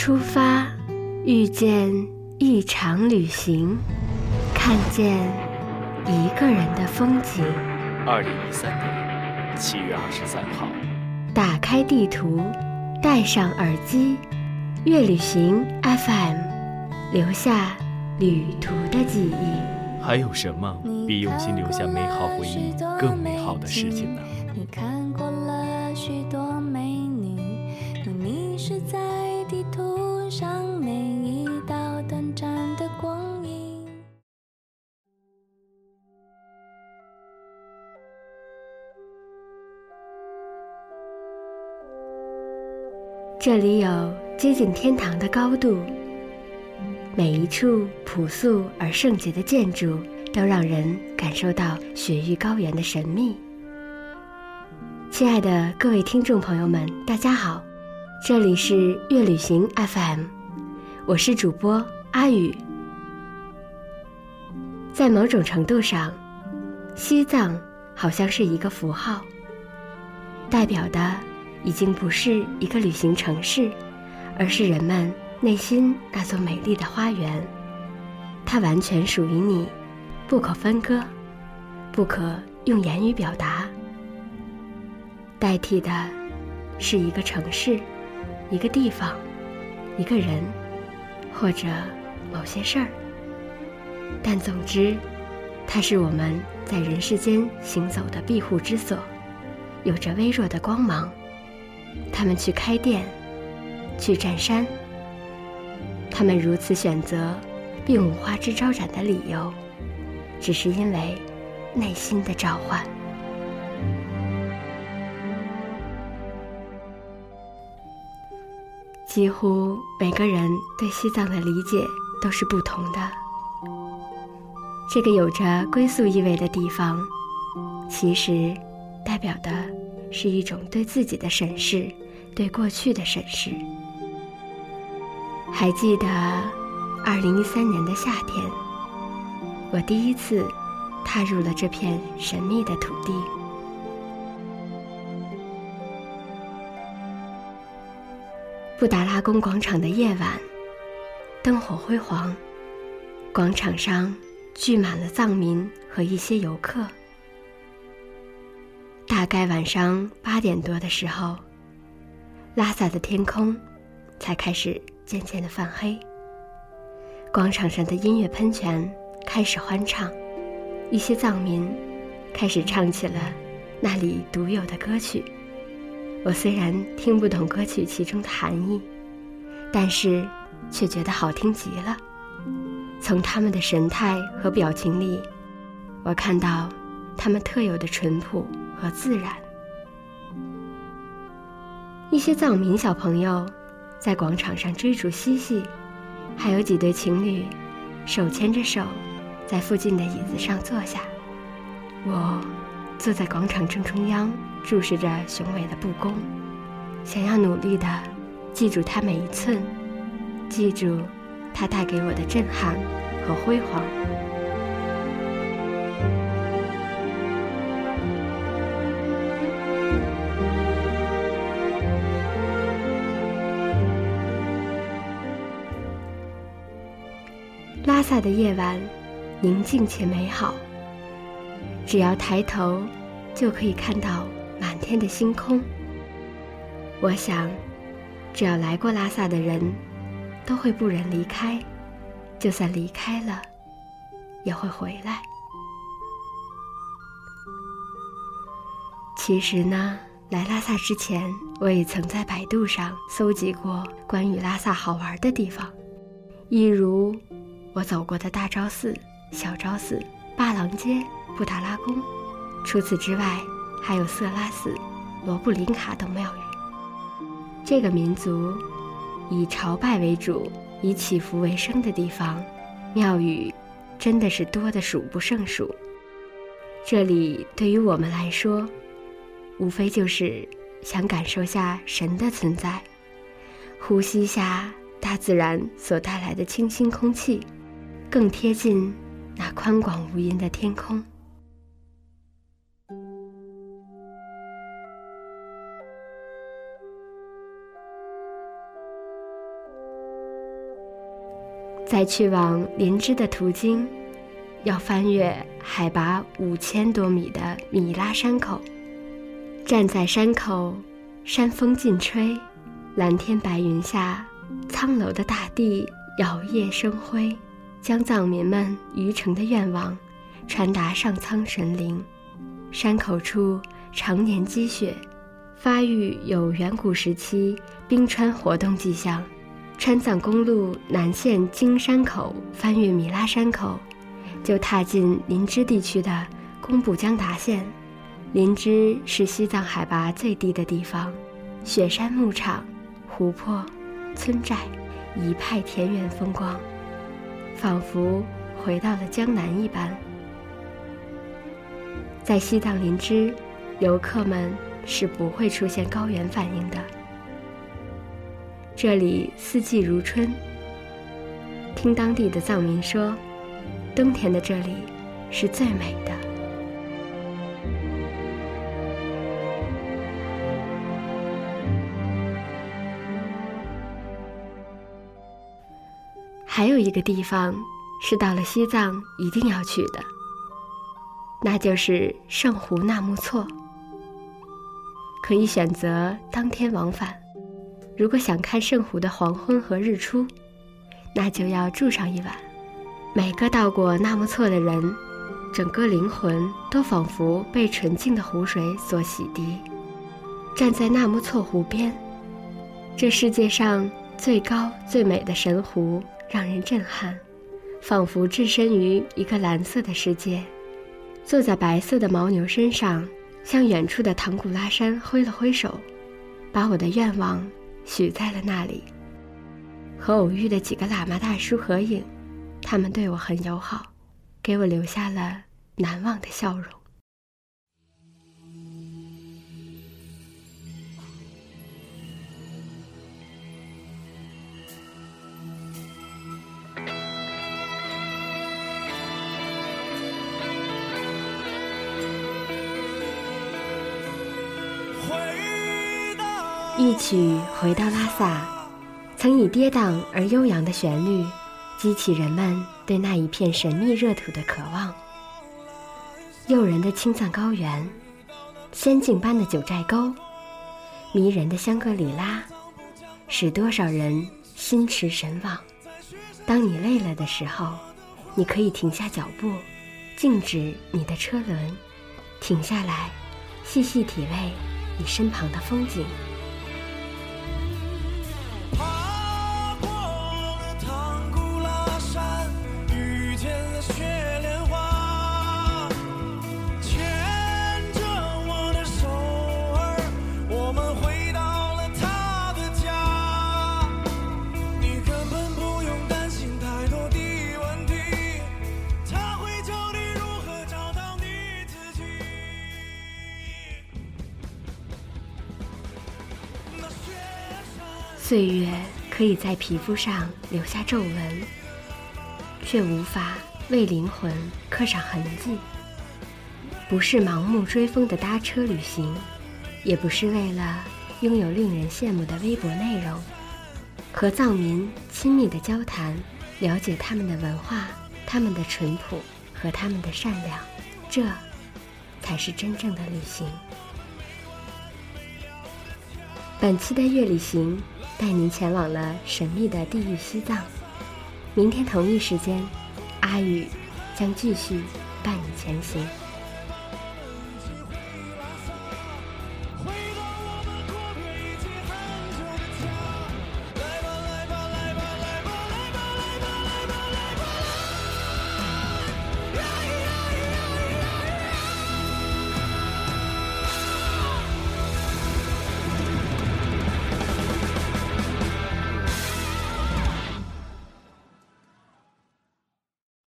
出发，遇见一场旅行，看见一个人的风景。 2013年7月23号， 打开地图，戴上耳机，乐旅行 FM， 留下旅途的记忆。 还有什么比用心留下美好回忆更美好的事情呢？ 你看过了许多美女，你迷失在地图上每一道短暂的光影。 这里有接近天堂的高度，每一处朴素而圣洁的建筑都让人感受到雪域高原的神秘。亲爱的各位听众朋友们，大家好，这里是乐旅行 FM， 我是主播阿宇。在某种程度上，西藏好像是一个符号，代表的已经不是一个旅行城市，而是人们内心那座美丽的花园。它完全属于你，不可分割，不可用言语表达。代替的是一个城市，一个地方，一个人，或者某些事儿。但总之，它是我们在人世间行走的庇护之所，有着微弱的光芒。他们去开店，去占山，他们如此选择，并无花枝招展的理由，只是因为内心的召唤。几乎每个人对西藏的理解都是不同的。这个有着归宿意味的地方，其实代表的是一种对自己的审视，对过去的审视。还记得2013年的夏天，我第一次踏入了这片神秘的土地。布达拉宫广场的夜晚，灯火辉煌，广场上聚满了藏民和一些游客。大概晚上8点多的时候，拉萨的天空才开始渐渐的泛黑，广场上的音乐喷泉开始欢唱，一些藏民开始唱起了那里独有的歌曲。我虽然听不懂歌曲其中的含义，但是却觉得好听极了。从他们的神态和表情里，我看到他们特有的淳朴和自然。一些藏民小朋友在广场上追逐嬉戏，还有几对情侣手牵着手在附近的椅子上坐下。我坐在广场正中央，注视着雄伟的布宫，想要努力地记住它每一寸，记住它带给我的震撼和辉煌。拉萨的夜晚宁静且美好，只要抬头就可以看到满天的星空。我想只要来过拉萨的人都会不忍离开，就算离开了也会回来。其实呢，来拉萨之前我也曾在百度上搜集过关于拉萨好玩的地方，一如我走过的大昭寺、小昭寺、巴郎街、布达拉宫，除此之外还有色拉寺、罗布林卡等庙宇。这个民族以朝拜为主，以祈福为生的地方，庙宇真的是多得数不胜数。这里对于我们来说，无非就是想感受下神的存在，呼吸下大自然所带来的清新空气，更贴近那宽广无垠的天空。 在去往林芝的途经，要翻越海拔5000多米的米拉山口。站在山口，山风劲吹，蓝天白云下，苍楼的大地摇曳生辉，将藏民们愚诚的愿望传达上苍神灵。山口处常年积雪，发育有远古时期冰川活动迹象。川藏公路南线京山口翻越米拉山口，就踏进林芝地区的工布江达县。林芝是西藏海拔最低的地方，雪山牧场、湖泊、村寨，一派田园风光，仿佛回到了江南一般。在西藏林芝，游客们是不会出现高原反应的。这里四季如春，听当地的藏民说，冬天的这里是最美的。还有一个地方是到了西藏一定要去的，那就是圣湖纳木错。可以选择当天往返，如果想看圣湖的黄昏和日出，那就要住上一晚。每个到过纳木错的人，整个灵魂都仿佛被纯净的湖水所洗涤。站在纳木错湖边，这世界上最高最美的神湖让人震撼，仿佛置身于一个蓝色的世界。坐在白色的牦牛身上，向远处的唐古拉山挥了挥手，把我的愿望许在了那里。和偶遇的几个喇嘛大叔合影，他们对我很友好，给我留下了难忘的笑容。一曲回到拉萨，曾以跌宕而悠扬的旋律激起人们对那一片神秘热土的渴望。诱人的青藏高原，仙境般的九寨沟，迷人的香格里拉，使多少人心驰神往。当你累了的时候，你可以停下脚步，静止你的车轮，停下来细细体味你身旁的风景。岁月可以在皮肤上留下皱纹，却无法为灵魂刻上痕迹。不是盲目追风的搭车旅行，也不是为了拥有令人羡慕的微博内容。和藏民亲密的交谈，了解他们的文化，他们的淳朴和他们的善良，这才是真正的旅行。本期的月旅行带您前往了神秘的地狱西藏。明天同一时间，阿宇将继续伴你前行。